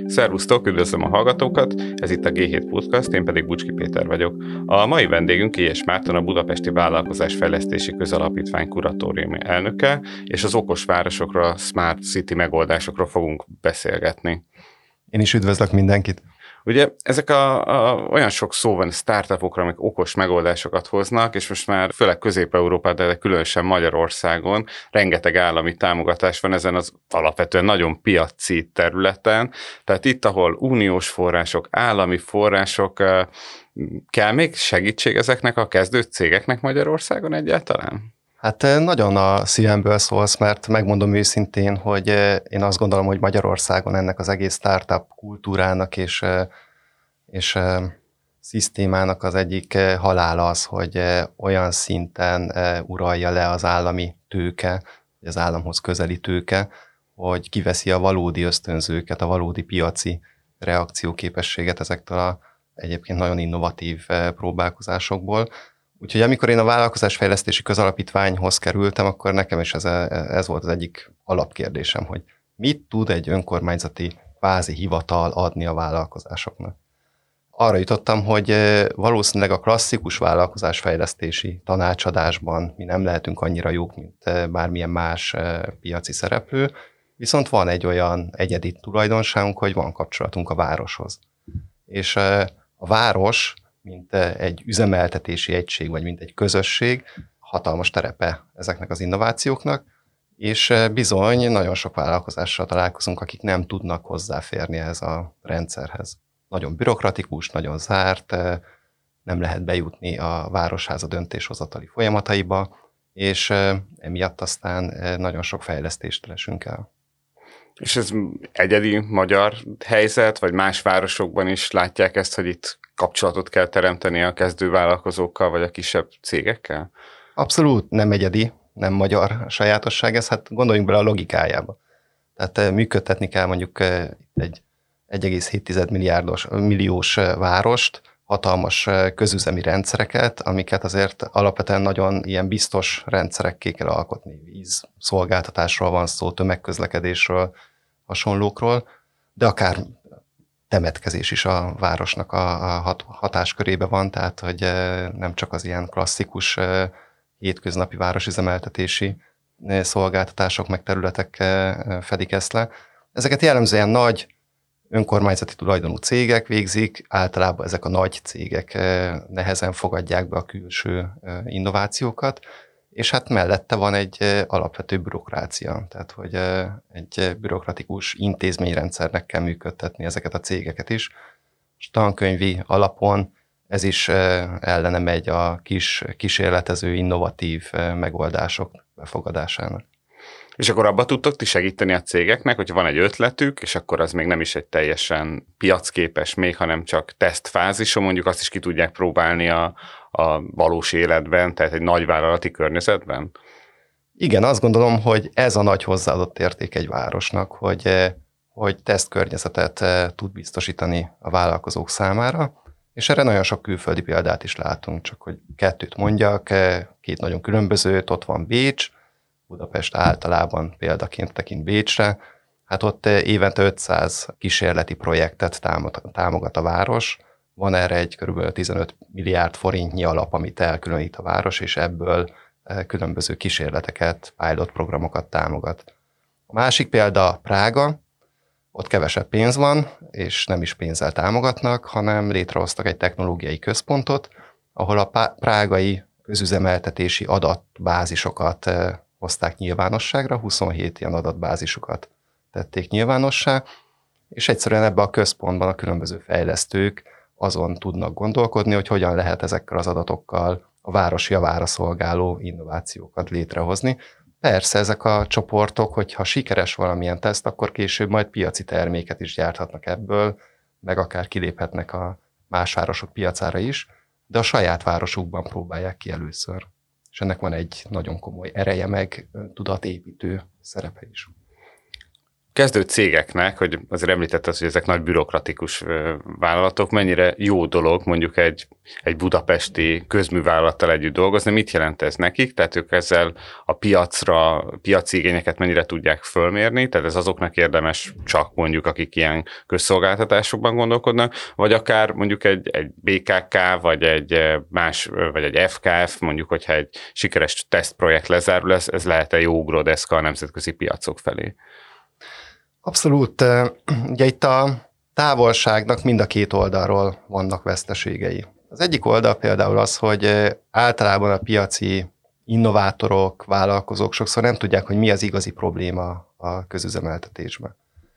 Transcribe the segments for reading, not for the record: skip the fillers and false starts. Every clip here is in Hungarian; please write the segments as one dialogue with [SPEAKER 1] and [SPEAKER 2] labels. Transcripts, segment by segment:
[SPEAKER 1] Szervusztok, üdvözlöm a hallgatókat, ez itt a G7 Podcast, én pedig Bucski Péter vagyok. A mai vendégünk Kies Márton, a Budapesti Vállalkozásfejlesztési Közalapítvány kuratóriumi elnöke, és az okos városokra, smart city megoldásokról fogunk beszélgetni.
[SPEAKER 2] Én is üdvözlök mindenkit!
[SPEAKER 1] Ugye ezek olyan sok szó van startupokra, amik okos megoldásokat hoznak, és most már főleg Közép-Európában, de különösen Magyarországon rengeteg állami támogatás van ezen az alapvetően nagyon piaci területen. Tehát itt, ahol uniós források, állami források, kell még segítség ezeknek a kezdő cégeknek Magyarországon egyáltalán?
[SPEAKER 2] Hát nagyon a szívemből szólsz, mert megmondom őszintén, hogy én azt gondolom, hogy Magyarországon ennek az egész startup kultúrának és szisztémának az egyik halála az, hogy olyan szinten uralja le az állami tőke, az államhoz közeli tőke, hogy kiveszi a valódi ösztönzőket, a valódi piaci reakcióképességet ezektől a egyébként nagyon innovatív próbálkozásokból. Úgyhogy amikor én a Vállalkozásfejlesztési Közalapítványhoz kerültem, akkor nekem is ez volt az egyik alapkérdésem, hogy mit tud egy önkormányzati kvázi hivatal adni a vállalkozásoknak. Arra jutottam, hogy valószínűleg a klasszikus vállalkozásfejlesztési tanácsadásban mi nem lehetünk annyira jók, mint bármilyen más piaci szereplő, viszont van egy olyan egyedi tulajdonságunk, hogy van kapcsolatunk a városhoz. És a város, mint egy üzemeltetési egység, vagy mint egy közösség, hatalmas terepe ezeknek az innovációknak, és bizony nagyon sok vállalkozással találkozunk, akik nem tudnak hozzáférni ehhez a rendszerhez. Nagyon bürokratikus, nagyon zárt, nem lehet bejutni a városháza döntéshozatali folyamataiba, és emiatt aztán nagyon sok fejlesztést lesünk el.
[SPEAKER 1] És ez egyedi magyar helyzet, vagy más városokban is látják ezt, hogy itt kapcsolatot kell teremteni a kezdővállalkozókkal, vagy a kisebb cégekkel?
[SPEAKER 2] Abszolút nem egyedi, nem magyar sajátosság ez, hát gondoljunk bele a logikájába. Tehát működtetni kell mondjuk egy 1,7 milliós várost, hatalmas közüzemi rendszereket, amiket azért alapvetően nagyon ilyen biztos rendszerekké kell alkotni. Víz szolgáltatásról van szó, tömegközlekedésről, hasonlókról, de akár temetkezés is a városnak a hatáskörébe van, tehát hogy nem csak az ilyen klasszikus hétköznapi városüzemeltetési szolgáltatások meg területek fedik ezt le. Ezeket jellemzően nagy önkormányzati tulajdonú cégek végzik, általában ezek a nagy cégek nehezen fogadják be a külső innovációkat, és hát mellette van egy alapvető bürokrácia, tehát hogy egy bürokratikus intézményrendszernek kell működtetni ezeket a cégeket is. És tankönyvi alapon ez is ellene megy a kísérletező, innovatív megoldások befogadásának.
[SPEAKER 1] És akkor abba tudtok ti segíteni a cégeknek, hogy van egy ötletük, és akkor az még nem is egy teljesen piacképes még, hanem csak tesztfázison, mondjuk azt is ki tudják próbálni a valós életben, tehát egy nagyvállalati környezetben?
[SPEAKER 2] Igen, azt gondolom, hogy ez a nagy hozzáadott érték egy városnak, hogy tesztkörnyezetet tud biztosítani a vállalkozók számára, és erre nagyon sok külföldi példát is látunk, csak hogy kettőt mondjak, két nagyon különbözőt, ott van Bécs, Budapest általában példaként tekint Bécsre, hát ott évente 500 kísérleti projektet támogat a város, van erre egy kb. 15 milliárd forintnyi alap, amit elkülönít a város, és ebből különböző kísérleteket, pilot programokat támogat. A másik példa Prága, ott kevesebb pénz van, és nem is pénzzel támogatnak, hanem létrehoztak egy technológiai központot, ahol a prágai közüzemeltetési adatbázisokat hozták nyilvánosságra, 27 ilyen adatbázisokat tették nyilvánossá, és egyszerűen ebben a központban a különböző fejlesztők azon tudnak gondolkodni, hogy hogyan lehet ezekkel az adatokkal a város javára szolgáló innovációkat létrehozni. Persze ezek a csoportok, hogyha sikeres valamilyen teszt, akkor később majd piaci terméket is gyárthatnak ebből, meg akár kiléphetnek a más városok piacára is, de a saját városukban próbálják ki először. És ennek van egy nagyon komoly ereje, meg tudatépítő szerepe is.
[SPEAKER 1] kezdő cégeknek, hogy azért említetted, hogy ezek nagy bürokratikus vállalatok, mennyire jó dolog mondjuk egy budapesti közművállalattal együtt dolgozni, mit jelent ez nekik, tehát ők ezzel a piaci igényeket mennyire tudják fölmérni, tehát ez azoknak érdemes csak mondjuk, akik ilyen közszolgáltatásokban gondolkodnak, vagy akár mondjuk egy BKK, vagy egy FKF, mondjuk, hogyha egy sikeres tesztprojekt lezárul, ez lehet-e jó ugródeszka a nemzetközi piacok felé?
[SPEAKER 2] Abszolút. Ugye itt a távolságnak mind a két oldalról vannak veszteségei. Az egyik oldal például az, hogy általában a piaci innovátorok, vállalkozók sokszor nem tudják, hogy mi az igazi probléma a közüzemeltetésben.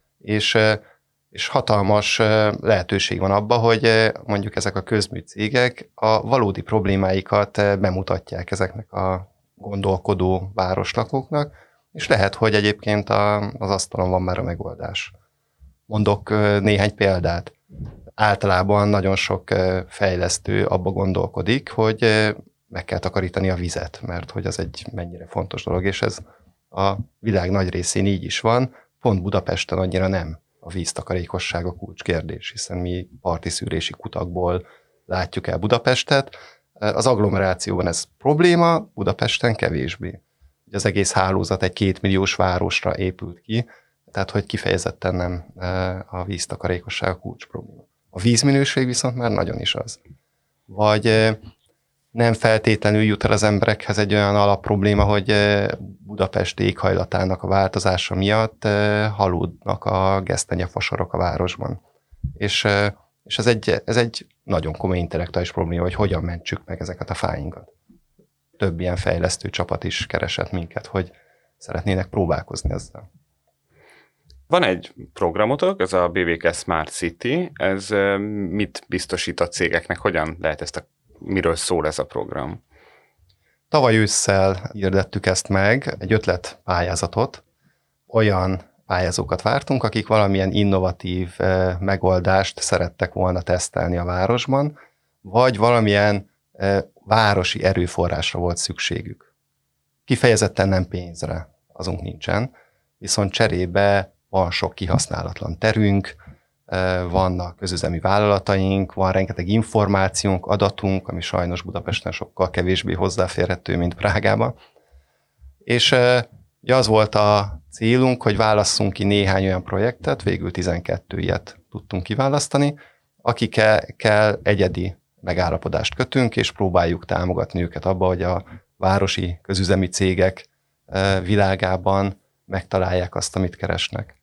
[SPEAKER 2] És hatalmas lehetőség van abban, hogy mondjuk ezek a közműcégek a valódi problémáikat bemutatják ezeknek a gondolkodó városlakóknak, és lehet, hogy egyébként az asztalon van már a megoldás. Mondok néhány példát. Általában nagyon sok fejlesztő abba gondolkodik, hogy meg kell takarítani a vizet, mert hogy az egy mennyire fontos dolog, és ez a világ nagy részén így is van, pont Budapesten annyira nem. A víztakarékosság a kulcskérdés, hiszen mi parti szűrési kutakból látjuk el Budapestet. Az agglomerációban ez probléma, Budapesten kevésbé. Az egész hálózat egy 2 milliós városra épült ki, tehát hogy kifejezetten nem a víztakarékosság a kulcs probléma. A vízminőség viszont már nagyon is az. Vagy nem feltétlenül jut el az emberekhez egy olyan alapprobléma, hogy Budapest éghajlatának a változása miatt halódnak a gesztenyefasorok a városban. És ez egy nagyon komoly intellektuális probléma, hogy hogyan mentsük meg ezeket a fáinkat. Több ilyen fejlesztő csapat is keresett minket, hogy szeretnének próbálkozni ezzel.
[SPEAKER 1] Van egy programotok, ez a BVK Smart City, ez mit biztosít a cégeknek, hogyan lehet miről szól ez a program?
[SPEAKER 2] Tavaly ősszel hirdettük ezt meg, egy ötletpályázatot, olyan pályázókat vártunk, akik valamilyen innovatív megoldást szerettek volna tesztelni a városban, vagy valamilyen városi erőforrásra volt szükségük. Kifejezetten nem pénzre, azunk nincsen, viszont cserébe van sok kihasználatlan terünk, vannak közüzemi vállalataink, van rengeteg információnk, adatunk, ami sajnos Budapesten sokkal kevésbé hozzáférhető, mint Prágában. És ugye az volt a célunk, hogy válasszunk ki néhány olyan projektet, végül 12 ilyet tudtunk kiválasztani, akikkel egyedi megállapodást kötünk, és próbáljuk támogatni őket abba, hogy a városi közüzemi cégek világában megtalálják azt, amit keresnek.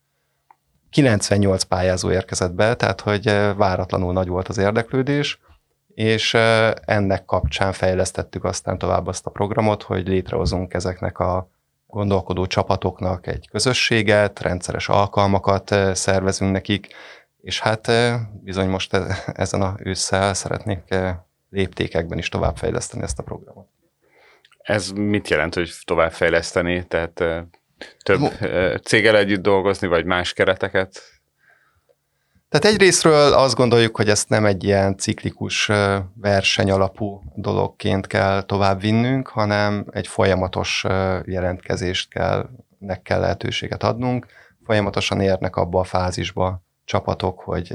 [SPEAKER 2] 98 pályázó érkezett be, tehát hogy váratlanul nagy volt az érdeklődés, és ennek kapcsán fejlesztettük aztán tovább azt a programot, hogy létrehozunk ezeknek a gondolkodó csapatoknak egy közösséget, rendszeres alkalmakat szervezünk nekik, és hát bizony most ezen az ősszel szeretnék léptékekben is továbbfejleszteni ezt a programot.
[SPEAKER 1] Ez mit jelent, hogy továbbfejleszteni? Tehát több céggel együtt dolgozni, vagy más kereteket?
[SPEAKER 2] Tehát egyrészről azt gondoljuk, hogy ezt nem egy ilyen ciklikus verseny alapú dologként kell tovább vinnünk, hanem egy folyamatos jelentkezést kell lehetőséget adnunk. Folyamatosan érnek abba a fázisba csapatok, hogy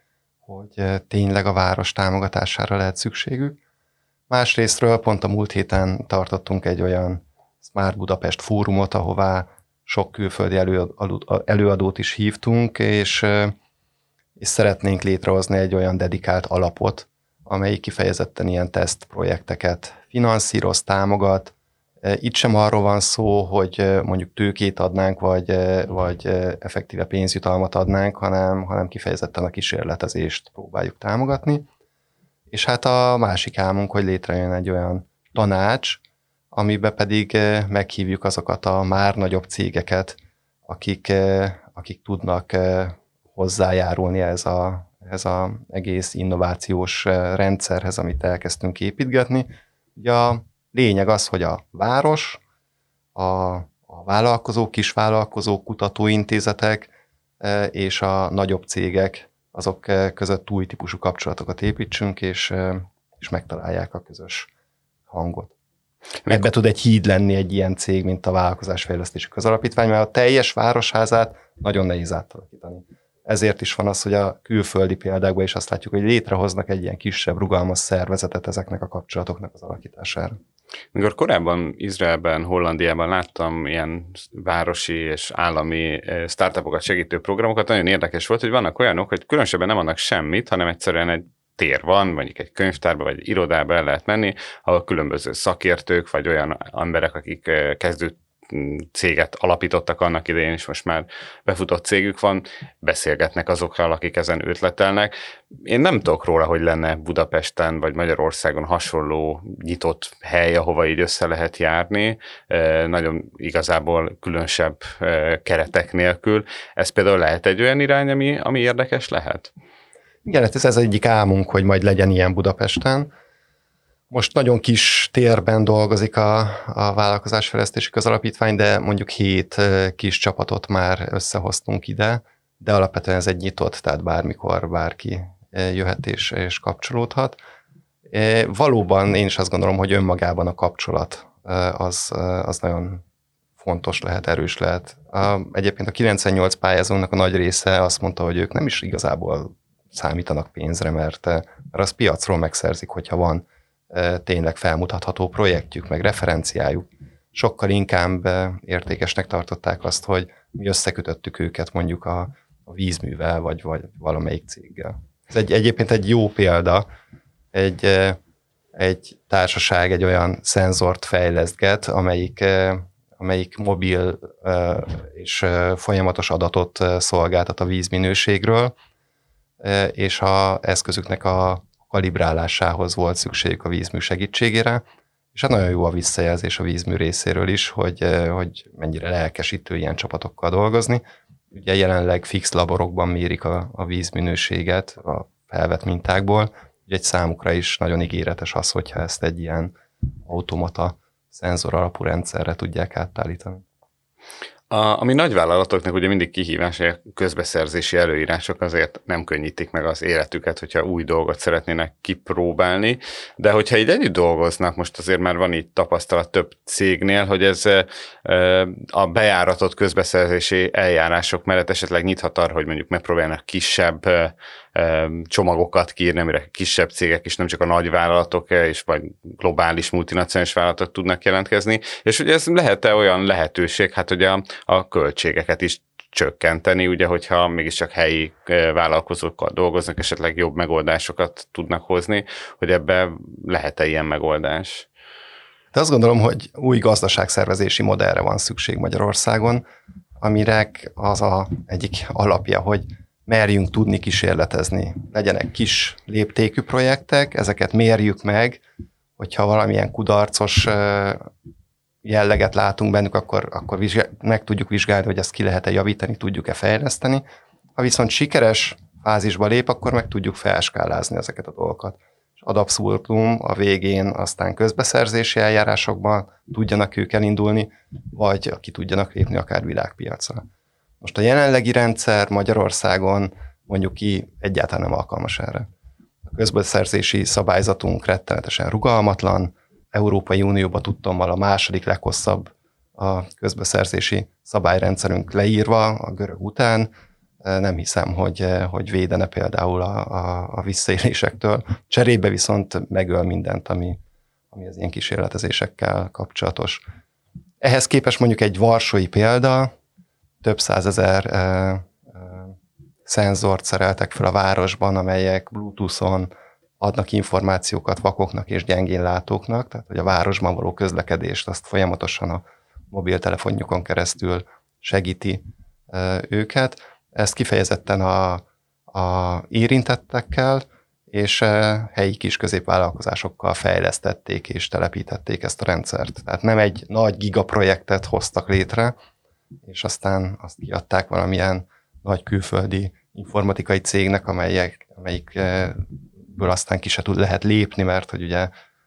[SPEAKER 2] tényleg a város támogatására lehet szükségük. Másrésztről pont a múlt héten tartottunk egy olyan Smart Budapest fórumot, ahová sok külföldi előadót is hívtunk, és szeretnénk létrehozni egy olyan dedikált alapot, amelyik kifejezetten ilyen tesztprojekteket finanszíroz, támogat. Itt sem arról van szó, hogy mondjuk tőkét adnánk, vagy effektíve pénzjutalmat adnánk, hanem kifejezetten a kísérletezést próbáljuk támogatni. És hát a másik álmunk, hogy létrejön egy olyan tanács, amiben pedig meghívjuk azokat a már nagyobb cégeket, akik tudnak hozzájárulni ez az egész innovációs rendszerhez, amit elkezdtünk építgetni. Ugye a lényeg az, hogy a város, a vállalkozók, kisvállalkozók, kutatóintézetek és a nagyobb cégek, azok között új típusú kapcsolatokat építsünk, és megtalálják a közös hangot. Ebbe tud egy híd lenni egy ilyen cég, mint a Vállalkozásfejlesztési Közalapítvány, mert a teljes városházát nagyon nehéz átalakítani. Ezért is van az, hogy a külföldi példákban is azt látjuk, hogy létrehoznak egy ilyen kisebb, rugalmas szervezetet ezeknek a kapcsolatoknak az alakítására.
[SPEAKER 1] Mikor korábban Izraelben, Hollandiában láttam ilyen városi és állami startupokat segítő programokat, nagyon érdekes volt, hogy vannak olyanok, hogy különösebben nem adnak semmit, hanem egyszerűen egy tér van, mondjuk egy könyvtárba vagy egy irodába el lehet menni, ahol különböző szakértők, vagy olyan emberek, akik kezdő céget alapítottak annak idején, és most már befutott cégük van, beszélgetnek azokkal, akik ezen ötletelnek. Én nem tudok róla, hogy lenne Budapesten vagy Magyarországon hasonló nyitott hely, ahova így össze lehet járni, nagyon igazából különösebb keretek nélkül. Ez például lehet egy olyan irány, ami érdekes lehet?
[SPEAKER 2] Igen, ez egyik álmunk, hogy majd legyen ilyen Budapesten. Most nagyon kis térben dolgozik a vállalkozásfejlesztési közalapítvány, de mondjuk 7 kis csapatot már összehoztunk ide, de alapvetően ez egy nyitott, tehát bármikor bárki jöhet és kapcsolódhat. Valóban én is azt gondolom, hogy önmagában a kapcsolat az nagyon fontos lehet, erős lehet. Egyébként a 98 pályázónak a nagy része azt mondta, hogy ők nem is igazából számítanak pénzre, mert az piacról megszerzik, hogyha van tényleg felmutatható projektjük, meg referenciájuk. Sokkal inkább értékesnek tartották azt, hogy mi összekötöttük őket mondjuk a vízművel, vagy valamelyik céggel. Ez egyébként egy jó példa, egy társaság egy olyan szenzort fejlesztget, amelyik mobil és folyamatos adatot szolgáltat a vízminőségről, és az eszközüknek a kalibrálásához volt szükségük a vízmű segítségére, és hát nagyon jó a visszajelzés a vízmű részéről is, hogy mennyire lelkesítő ilyen csapatokkal dolgozni. Ugye jelenleg fix laborokban mérik a vízminőséget a felvett mintákból, ugye egy számukra is nagyon ígéretes az, hogyha ezt egy ilyen automata szenzor alapú rendszerre tudják átállítani.
[SPEAKER 1] Ami nagyvállalatoknak ugye mindig kihívás, hogy a közbeszerzési előírások azért nem könnyítik meg az életüket, hogyha új dolgot szeretnének kipróbálni, de hogyha így együtt dolgoznak, most azért már van így tapasztalat több cégnél, hogy ez a bejáratott közbeszerzési eljárások mellett esetleg nyithat arra, hogy mondjuk megpróbálnak kisebb csomagokat kiírni, amire kisebb cégek is, nem csak a nagyvállalatok és vagy globális multinacionális vállalatok tudnak jelentkezni, és ugye ez lehet-e olyan lehetőség, hát hogy a költségeket is csökkenteni, ugye, hogyha mégiscsak helyi vállalkozókkal dolgoznak, esetleg jobb megoldásokat tudnak hozni, hogy ebben lehet-e ilyen megoldás?
[SPEAKER 2] De azt gondolom, hogy új gazdaságszervezési modellre van szükség Magyarországon, amire az egyik alapja, hogy merjünk tudni kísérletezni. Legyenek kis léptékű projektek, ezeket mérjük meg, hogyha valamilyen kudarcos jelleget látunk bennük, akkor meg tudjuk vizsgálni, hogy ezt ki lehet-e javítani, tudjuk-e fejleszteni. Ha viszont sikeres fázisba lép, akkor meg tudjuk felskálázni ezeket a dolgokat. És ad abszurdum a végén aztán közbeszerzési eljárásokban tudjanak ők elindulni, vagy ki tudjanak lépni akár világpiacra. Most a jelenlegi rendszer Magyarországon mondjuk ki egyáltalán nem alkalmas erre. A közbeszerzési szabályzatunk rettenetesen rugalmatlan, Európai Unióban tudtommal a második leghosszabb a közbeszerzési szabályrendszerünk leírva a görög után. Nem hiszem, hogy védene például a visszaélésektől. Cserébe viszont megöl mindent, ami az ilyen kísérletezésekkel kapcsolatos. Ehhez képest mondjuk egy varsói példa, több százezer szenzort szereltek fel a városban, amelyek Bluetooth-on adnak információkat vakoknak és gyengénlátóknak, tehát hogy a városban való közlekedést azt folyamatosan a mobiltelefonjukon keresztül segíti őket. Ezt kifejezetten a érintettekkel és helyi kis középvállalkozásokkal fejlesztették és telepítették ezt a rendszert. Tehát nem egy nagy gigaprojektet hoztak létre, és aztán azt kiadták valamilyen nagy külföldi informatikai cégnek, amelyikből aztán ki se lehet lépni, mert hogy ugye,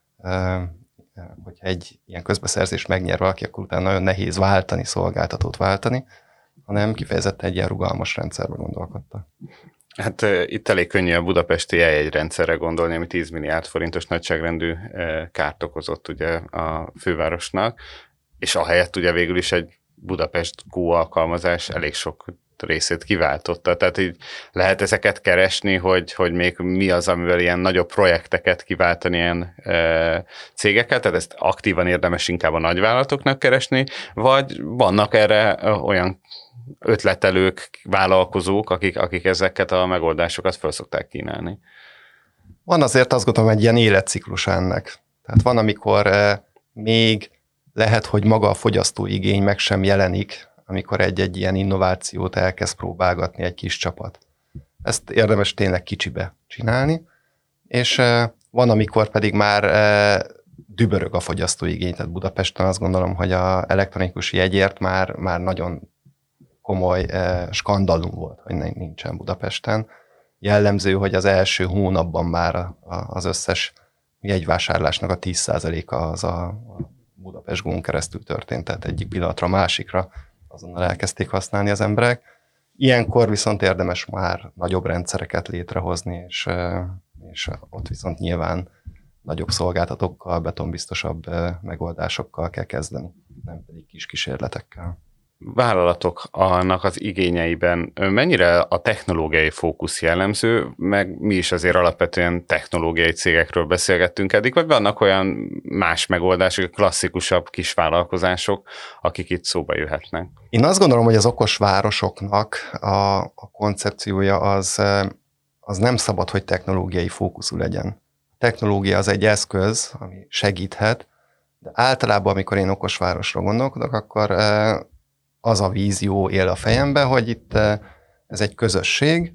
[SPEAKER 2] hogyha egy ilyen közbeszerzést megnyer valaki, akkor utána nagyon nehéz szolgáltatót váltani, hanem kifejezetten egy ilyen rugalmas rendszerbe gondolkodtak.
[SPEAKER 1] Hát itt elég könnyű a budapesti eljegyrendszerre gondolni, ami 10 milliárd forintos nagyságrendű kárt okozott ugye a fővárosnak, és ahelyett ugye végül is egy Budapest Go alkalmazás elég sok részét kiváltotta. Tehát így lehet ezeket keresni, hogy még mi az, amivel ilyen nagyobb projekteket kiváltani ilyen cégeket, tehát ezt aktívan érdemes inkább a nagyvállalatoknak keresni, vagy vannak erre olyan ötletelők, vállalkozók, akik ezeket a megoldásokat fel szokták kínálni.
[SPEAKER 2] Van azért azt gondolom egy ilyen életciklus ennek. Tehát van, amikor még lehet, hogy maga a fogyasztóigény meg sem jelenik, amikor egy ilyen innovációt elkezd próbálgatni egy kis csapat. Ezt érdemes tényleg kicsibe csinálni, és van, amikor pedig már dübörög a fogyasztóigény. Tehát Budapesten azt gondolom, hogy az elektronikus jegyért már nagyon komoly skandalum volt, hogy nincsen Budapesten. Jellemző, hogy az első hónapban már az összes jegyvásárlásnak a 10%-a az a Budapest Go-n keresztül történt, tehát egyik pillanatra a másikra azonnal elkezdték használni az emberek. Ilyenkor viszont érdemes már nagyobb rendszereket létrehozni, és ott viszont nyilván nagyobb szolgáltatókkal, betonbiztosabb megoldásokkal kell kezdeni, nem pedig kis kísérletekkel.
[SPEAKER 1] Vállalatoknak az igényeiben mennyire a technológiai fókusz jellemző, meg mi is azért alapvetően technológiai cégekről beszélgettünk eddig, vagy vannak olyan más megoldások, klasszikusabb kisvállalkozások, akik itt szóba jöhetnek?
[SPEAKER 2] Én azt gondolom, hogy az okos városoknak a koncepciója az nem szabad, hogy technológiai fókuszú legyen. A technológia az egy eszköz, ami segíthet, de általában, amikor én okos városra gondolkodok, akkor az a vízió él a fejemben, hogy itt ez egy közösség,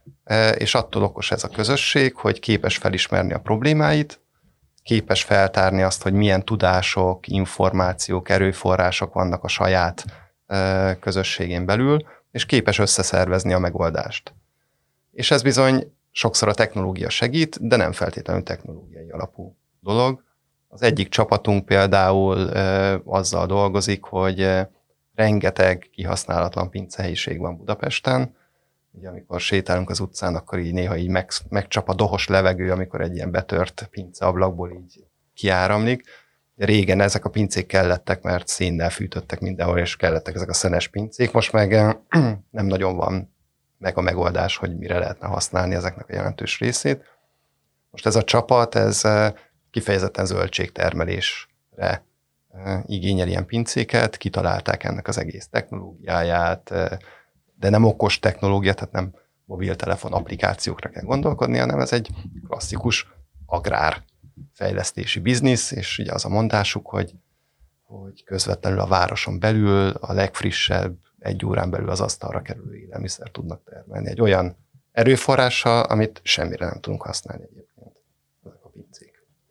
[SPEAKER 2] és attól okos ez a közösség, hogy képes felismerni a problémáit, képes feltárni azt, hogy milyen tudások, információk, erőforrások vannak a saját közösségén belül, és képes összeszervezni a megoldást. És ez bizony sokszor a technológia segít, de nem feltétlenül technológiai alapú dolog. Az egyik csapatunk például azzal dolgozik, hogy rengeteg kihasználatlan pincehelyiség van Budapesten. Ugye, amikor sétálunk az utcán, akkor így néha így megcsap a dohos levegő, amikor egy ilyen betört pinceablakból így kiáramlik. Régen ezek a pincék kellettek, mert szénnel fűtöttek mindenhol, és kellettek ezek a szenes pincék. Most meg nem nagyon van meg a megoldás, hogy mire lehetne használni ezeknek a jelentős részét. Most ez a csapat, ez kifejezetten zöldségtermelésre igényel ilyen pincéket, kitalálták ennek az egész technológiáját, de nem okos technológia, tehát nem mobiltelefon applikációkra kell gondolkodni, hanem ez egy klasszikus agrárfejlesztési biznisz, és ugye az a mondásuk, hogy közvetlenül a városon belül a legfrissebb, 1 órán belül az asztalra kerülő élelmiszer tudnak termelni. Egy olyan erőforrással, amit semmire nem tudunk használni egyébként ezek a pincék.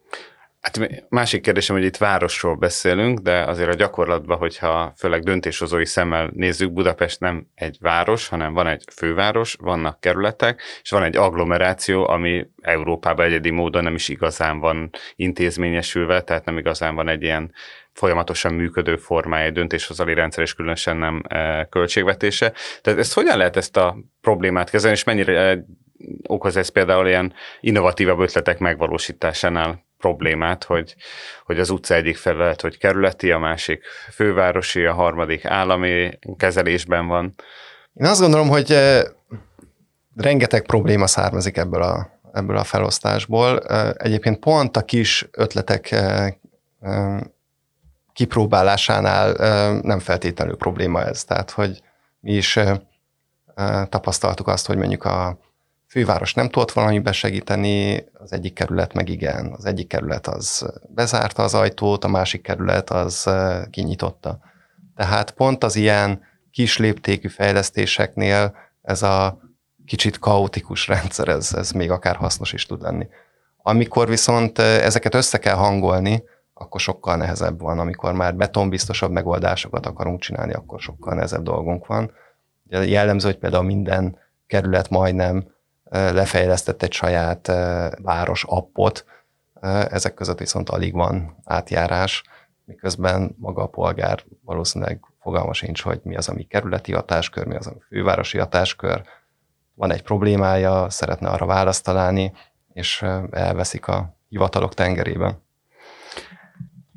[SPEAKER 1] Hát másik kérdésem, hogy itt városról beszélünk, de azért a gyakorlatban, hogyha főleg döntéshozói szemmel nézzük, Budapest nem egy város, hanem van egy főváros, vannak kerületek, és van egy agglomeráció, ami Európában egyedi módon nem is igazán van intézményesülve, tehát nem igazán van egy ilyen folyamatosan működő formája egy döntéshozali rendszer, és különösen nem költségvetése. Tehát ezt hogyan lehet ezt a problémát kezelni, és mennyire okoz ez például ilyen innovatívabb ötletek megvalósításánál problémát, hogy az utca egyik felület, hogy kerületi, a másik fővárosi, a harmadik állami kezelésben van.
[SPEAKER 2] Én azt gondolom, hogy rengeteg probléma származik ebből a felosztásból. Egyébként pont a kis ötletek kipróbálásánál nem feltétlenül probléma ez. Tehát, hogy mi is tapasztaltuk azt, hogy mondjuk a főváros nem tudott valamiben segíteni, az egyik kerület meg igen. Az egyik kerület az bezárta az ajtót, a másik kerület az kinyitotta. Tehát pont az ilyen kis léptékű fejlesztéseknél ez a kicsit kaotikus rendszer, ez még akár hasznos is tud lenni. Amikor viszont ezeket össze kell hangolni, akkor sokkal nehezebb van. Amikor már betonbiztosabb megoldásokat akarunk csinálni, akkor sokkal nehezebb dolgunk van. Jellemző, hogy például minden kerület majdnem lefejlesztett egy saját város appot, ezek között viszont alig van átjárás, miközben maga a polgár valószínűleg fogalma sincs, hogy mi az, ami kerületi hatáskör, mi az, ami fővárosi hatáskör. Van egy problémája, szeretne arra választ találni, és elveszik a hivatalok tengerében.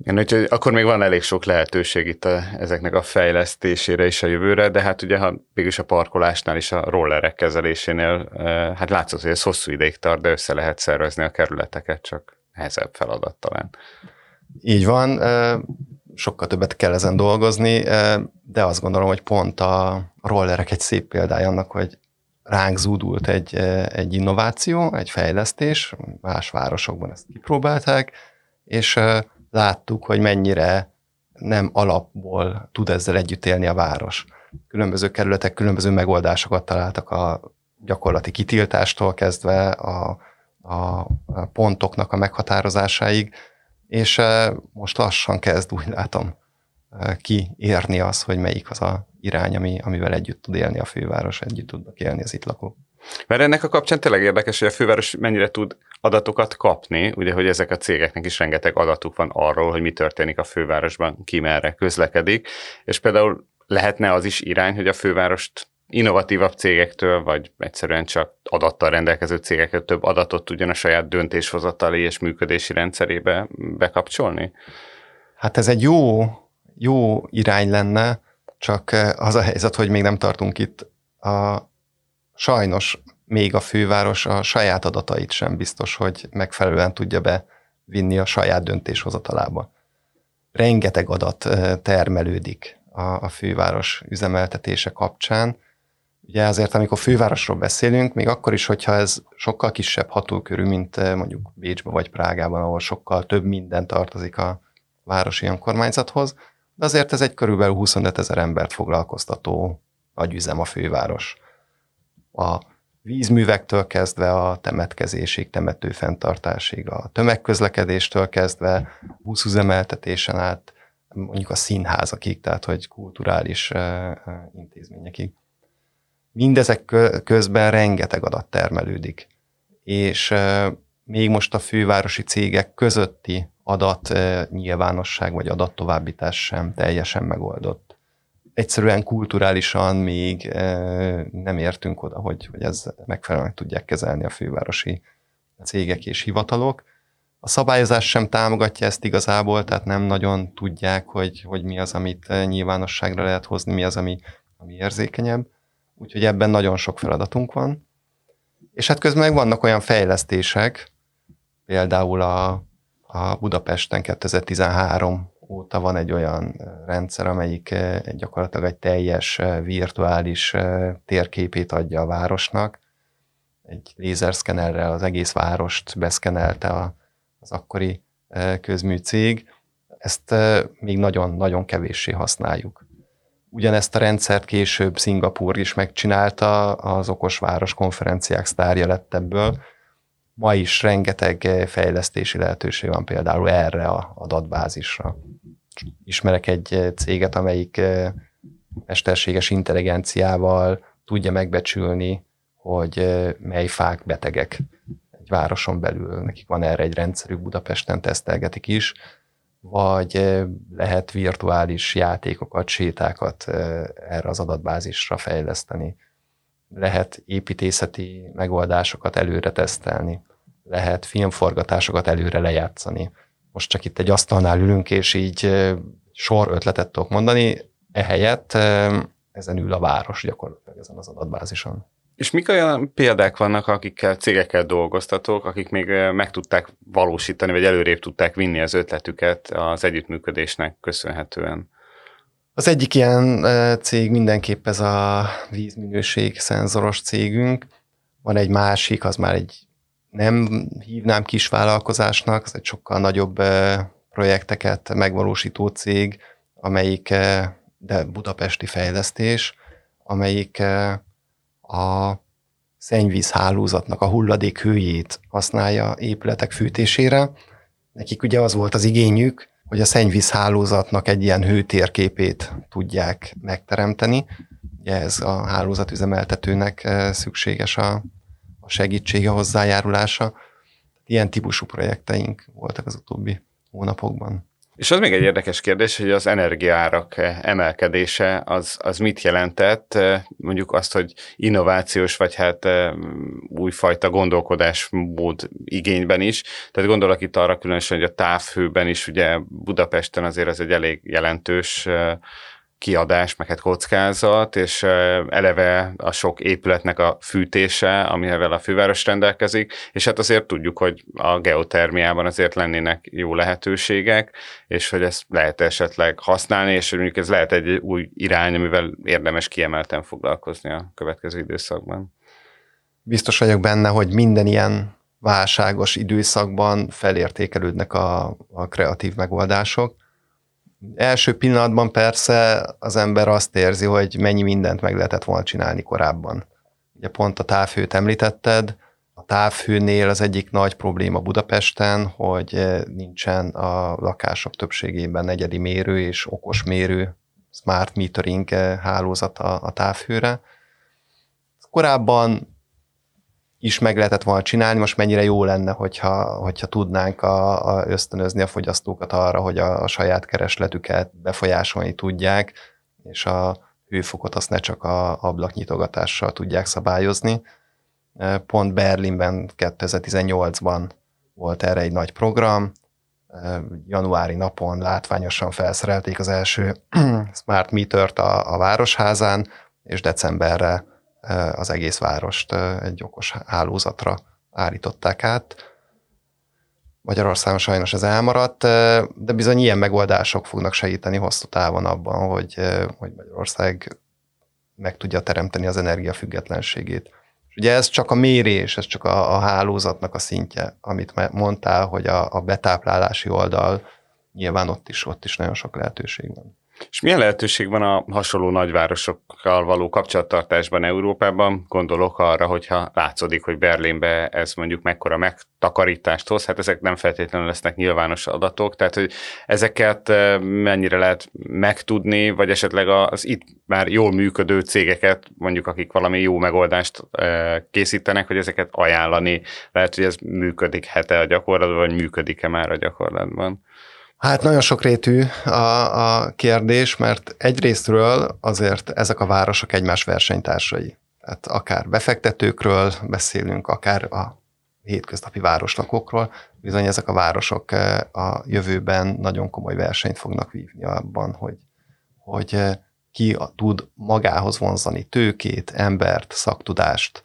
[SPEAKER 1] Igen, úgyhogy akkor még van elég sok lehetőség itt ezeknek a fejlesztésére is a jövőre, de hát ugye mégis a parkolásnál is a rollerek kezelésénél, hát látszott, hogy ez hosszú ideig tart, de össze lehet szervezni a kerületeket, csak nehezebb feladat talán.
[SPEAKER 2] Így van, sokkal többet kell ezen dolgozni, de azt gondolom, hogy pont a rollerek egy szép példája annak, hogy ránk zúdult egy innováció, egy fejlesztés, más városokban ezt kipróbálták, és láttuk, hogy mennyire nem alapból tud ezzel együtt élni a város. Különböző kerületek különböző megoldásokat találtak a gyakorlati kitiltástól kezdve a pontoknak a meghatározásáig, és most lassan kezd, úgy látom, kiérni az, hogy melyik az a irány, amivel együtt tud élni a főváros, együtt tudnak élni az itt lakók.
[SPEAKER 1] Mert ennek a kapcsán tényleg érdekes, hogy a főváros mennyire tud adatokat kapni, ugye, hogy ezek a cégeknek is rengeteg adatuk van arról, hogy mi történik a fővárosban, ki merre közlekedik, és például lehetne az is irány, hogy a fővárost innovatívabb cégektől, vagy egyszerűen csak adattal rendelkező cégektől több adatot tudjon a saját döntéshozatali és működési rendszerébe bekapcsolni?
[SPEAKER 2] Hát ez egy jó irány lenne, csak az a helyzet, hogy még nem tartunk itt. Sajnos még a főváros a saját adatait sem biztos, hogy megfelelően tudja bevinni a saját döntéshozatalába. Rengeteg adat termelődik a főváros üzemeltetése kapcsán. Ugye azért, amikor fővárosról beszélünk, még akkor is, hogyha ez sokkal kisebb hatókörű, mint mondjuk Bécsben vagy Prágában, ahol sokkal több minden tartozik a városi önkormányzathoz, de azért ez egy körülbelül 25 000 embert foglalkoztató nagyüzem a főváros. A vízművektől kezdve a temetkezésig, temetőfenntartásig, a tömegközlekedéstől kezdve buszüzemeltetésen át, mondjuk a színházakig, tehát hogy kulturális intézményekig. Mindezek közben rengeteg adat termelődik, és még most a fővárosi cégek közötti adat nyilvánosság vagy adattovábbítás sem teljesen megoldott. Egyszerűen kulturálisan még nem értünk oda, hogy ez megfelelően tudják kezelni a fővárosi cégek és hivatalok. A szabályozás sem támogatja ezt igazából, tehát nem nagyon tudják, hogy mi az, amit nyilvánosságra lehet hozni, mi az, ami érzékenyebb. Úgyhogy ebben nagyon sok feladatunk van. És hát közben meg vannak olyan fejlesztések, például a Budapesten 2013 óta van egy olyan rendszer, amelyik gyakorlatilag egy teljes virtuális térképét adja a városnak. Egy lézerszkennerrel az egész várost beszkenelte az akkori közműcég. Ezt még nagyon-nagyon kevéssé használjuk. Ugyanezt a rendszert később Szingapúr is megcsinálta, az okos város konferenciák sztárja lett ebből. Ma is rengeteg fejlesztési lehetőség van például erre az adatbázisra. Ismerek egy céget, amelyik mesterséges intelligenciával tudja megbecsülni, hogy mely fák betegek egy városon belül. Nekik van erre egy rendszerük, Budapesten tesztelgetik is, vagy lehet virtuális játékokat, sétákat erre az adatbázisra fejleszteni. Lehet építészeti megoldásokat előre tesztelni, lehet filmforgatásokat előre lejátszani. Most csak itt egy asztalnál ülünk, és így sor ötletet tudok mondani, ehelyett ezen ül a város gyakorlatilag ezen az adatbázison.
[SPEAKER 1] És mik olyan példák vannak, akikkel cégekkel dolgoztatok, akik még meg tudták valósítani, vagy előrébb tudták vinni az ötletüket az együttműködésnek köszönhetően?
[SPEAKER 2] Az egyik ilyen cég mindenképp ez a vízminőség szenzoros cégünk. Van egy másik, az már nem hívnám kisvállalkozásnak, az egy sokkal nagyobb projekteket megvalósító cég, amelyik, de budapesti fejlesztés, amelyik a szennyvízhálózatnak a hulladék hőjét használja épületek fűtésére. Nekik ugye az volt az igényük, hogy a szennyvízhálózatnak egy ilyen hőtérképét tudják megteremteni. Ugye ez a hálózatüzemeltetőnek szükséges a segítsége, hozzájárulása. Ilyen típusú projekteink voltak az utóbbi hónapokban.
[SPEAKER 1] És az még egy érdekes kérdés, hogy az energiaárak emelkedése az mit jelentett? Mondjuk azt, hogy innovációs, vagy hát újfajta gondolkodásmód igényben is. Tehát gondolok itt arra különösen, hogy a távhőben is, ugye Budapesten azért ez egy elég jelentős kiadás, meg hát kockázat, és eleve a sok épületnek a fűtése, amivel a főváros rendelkezik, és hát azért tudjuk, hogy a geotermiában azért lennének jó lehetőségek, és hogy ezt lehet esetleg használni, és mondjuk ez lehet egy új irány, amivel érdemes kiemelten foglalkozni a következő időszakban.
[SPEAKER 2] Biztos vagyok benne, hogy minden ilyen válságos időszakban felértékelődnek a kreatív megoldások. Első pillanatban persze az ember azt érzi, hogy mennyi mindent meg lehetett volna csinálni korábban. Ugye pont a távhőt említetted, a távhőnél az egyik nagy probléma Budapesten, hogy nincsen a lakások többségében negyedi mérő és okos mérő, smart metering hálózat a távhőre. Korábban is meg lehetett volna csinálni, most mennyire jó lenne, hogyha tudnánk ösztönözni a fogyasztókat arra, hogy a saját keresletüket befolyásolni tudják, és a hőfokot azt ne csak a ablaknyitogatással tudják szabályozni. Pont Berlinben 2018-ban volt erre egy nagy program, januári napon látványosan felszerelték az első smart metert a városházán, és decemberre az egész várost egy okos hálózatra állították át. Magyarországon sajnos ez elmaradt, de bizony ilyen megoldások fognak segíteni hosszú távon abban, hogy Magyarország meg tudja teremteni az energiafüggetlenségét. És ugye ez csak a mérés, ez csak a hálózatnak a szintje, amit mondtál, hogy a betáplálási oldal, nyilván ott is nagyon sok lehetőség van.
[SPEAKER 1] És milyen lehetőség van a hasonló nagyvárosokkal való kapcsolattartásban Európában? Gondolok arra, hogyha látszódik, hogy Berlinbe ez mondjuk mekkora megtakarítást hoz, hát ezek nem feltétlenül lesznek nyilvános adatok, tehát hogy ezeket mennyire lehet megtudni, vagy esetleg az itt már jól működő cégeket, mondjuk akik valami jó megoldást készítenek, hogy ezeket ajánlani, lehet, hogy ez működik-e a gyakorlatban, vagy működik-e már a gyakorlatban?
[SPEAKER 2] Hát nagyon sokrétű a kérdés, mert egyrésztről azért ezek a városok egymás versenytársai. Tehát akár befektetőkről beszélünk, akár a hétköznapi városlakókról, bizony ezek a városok a jövőben nagyon komoly versenyt fognak vívni abban, hogy ki tud magához vonzani tőkét, embert, szaktudást,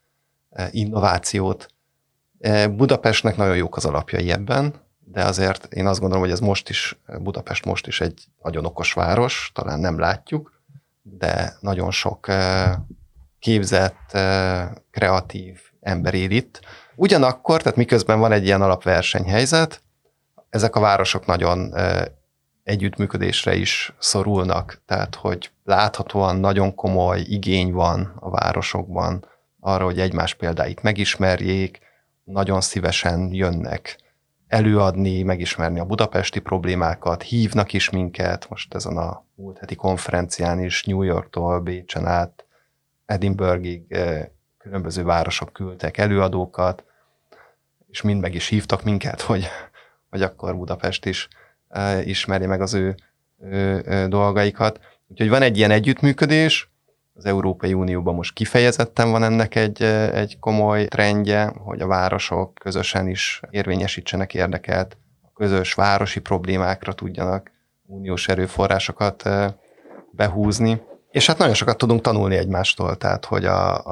[SPEAKER 2] innovációt. Budapestnek nagyon jók az alapjai ebben, de azért én azt gondolom, hogy Budapest most is egy nagyon okos város, talán nem látjuk, de nagyon sok képzett, kreatív ember él itt. Ugyanakkor, tehát miközben van egy ilyen alapversenyhelyzet, ezek a városok nagyon együttműködésre is szorulnak, tehát hogy láthatóan nagyon komoly igény van a városokban arra, hogy egymás példáit megismerjék, nagyon szívesen jönnek előadni, megismerni a budapesti problémákat, hívnak is minket, most ezen a múlt heti konferencián is New Yorktól Bécsen át Edinburghig különböző városok küldtek előadókat, és mind meg is hívtak minket, hogy akkor Budapest is ismerje meg az ő dolgaikat. Úgyhogy van egy ilyen együttműködés, az Európai Unióban most kifejezetten van ennek egy komoly trendje, hogy a városok közösen is érvényesítsenek érdekelt, a közös városi problémákra tudjanak uniós erőforrásokat behúzni. És hát nagyon sokat tudunk tanulni egymástól, tehát hogy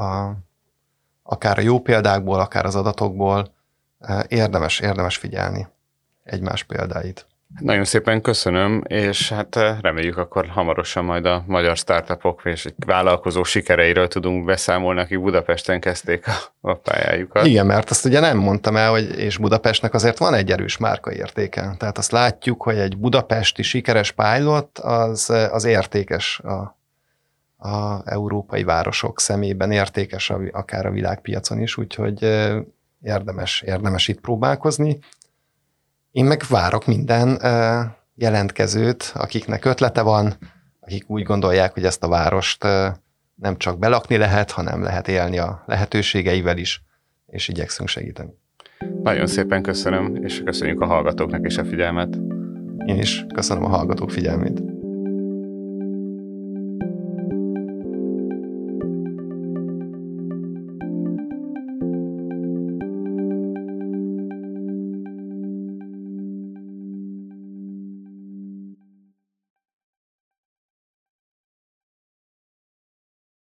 [SPEAKER 2] akár a jó példákból, akár az adatokból érdemes figyelni egymás példáit.
[SPEAKER 1] Nagyon szépen köszönöm, és hát reméljük akkor hamarosan majd a magyar startupok és vállalkozó sikereiről tudunk beszámolni, akik Budapesten kezdték a pályájukat.
[SPEAKER 2] Igen, mert azt ugye nem mondtam el, hogy és Budapestnek azért van egy erős márkaértéke. Tehát azt látjuk, hogy egy budapesti sikeres pilot az értékes a európai városok szemében, értékes akár a világpiacon is, úgyhogy érdemes itt próbálkozni. Én meg várok minden jelentkezőt, akiknek ötlete van, akik úgy gondolják, hogy ezt a várost nem csak belakni lehet, hanem lehet élni a lehetőségeivel is, és igyekszünk segíteni.
[SPEAKER 1] Nagyon szépen köszönöm, és köszönjük a hallgatóknak is a figyelmet.
[SPEAKER 2] Én is köszönöm a hallgatók figyelmét.